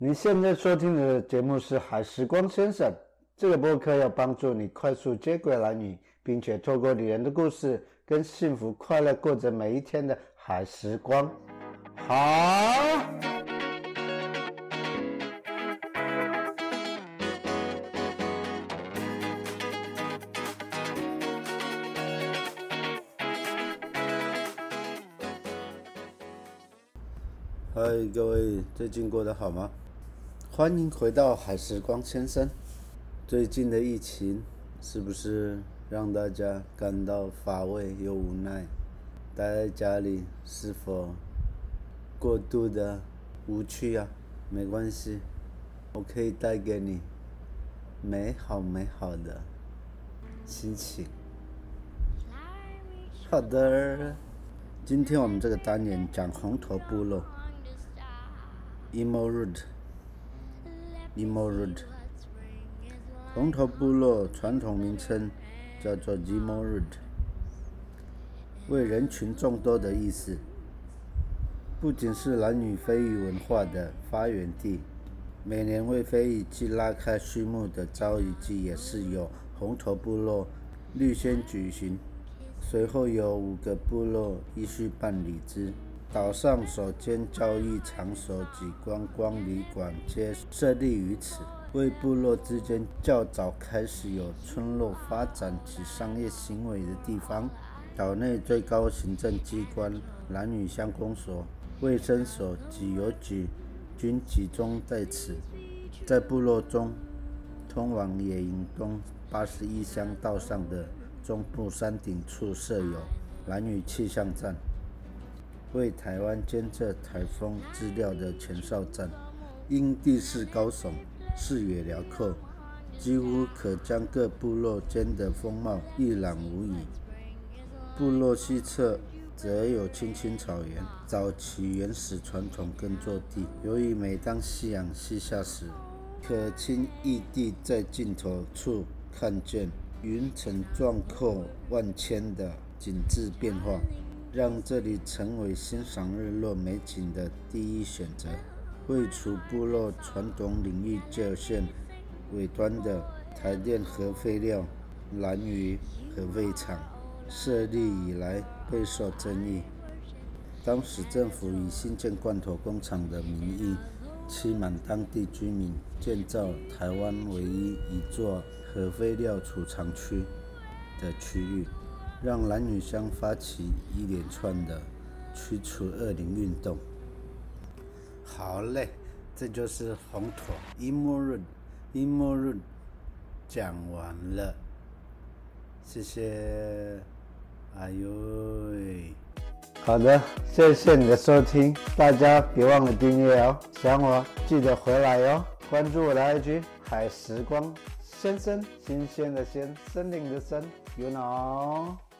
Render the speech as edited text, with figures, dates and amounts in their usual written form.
你现在收听的节目是海时光先生，这个播客要帮助你快速接轨男女，并且透过女人的故事，跟幸福快乐过着每一天的海时光。好，嗨，各位最近过得好吗？欢迎回到海时光先生。最近的疫情是不是让大家感到乏味又无奈？待在家里是否过度的无趣啊？没关系，我可以带给你美好的心情。好的，今天我们这个单元讲红头部落 Emo Road。红头部落传统名称叫做 Emo Road， 为人群众多的意思。不仅是男女非遗文化的发源地，每年为非遗季拉开序幕的招遗季也是由红头部落率先举行，随后由5个部落依序办理之。岛上首间交易场所及观光旅馆皆设立于此，为部落之间较早开始有村落发展及商业行为的地方。岛内最高行政机关兰屿乡公所、卫生所及邮局均集中在此。在部落中，通往野营东81乡道上的中部山顶处设有兰屿气象站，为台湾监测台风资料的前哨站。因地势高耸，视野辽阔，几乎可将各部落间的风貌一览无遗。部落西侧则有青青草原，早期原始传统耕作地。由于每当夕阳西下时，可轻易地在尽头处看见云层壮阔万千的景致变化，让这里成为欣赏日落美景的第一选择。位处部落传统领域界线尾端的台电核废料兰屿核废厂设立以来备受争议。当时政府以新建罐头工厂的名义，欺瞒当地居民，建造台湾唯一一座核废料储藏区的区域，让兰屿乡发起一连串的驱除恶灵运动。好嘞，这就是红头 Emo Road 讲完了，谢谢。哎呦，好的，谢谢你的收听，大家别忘了订阅哦，想我记得回来哦，关注我的 IG 海时光先生，新鲜的鲜，森林的森 ，you know。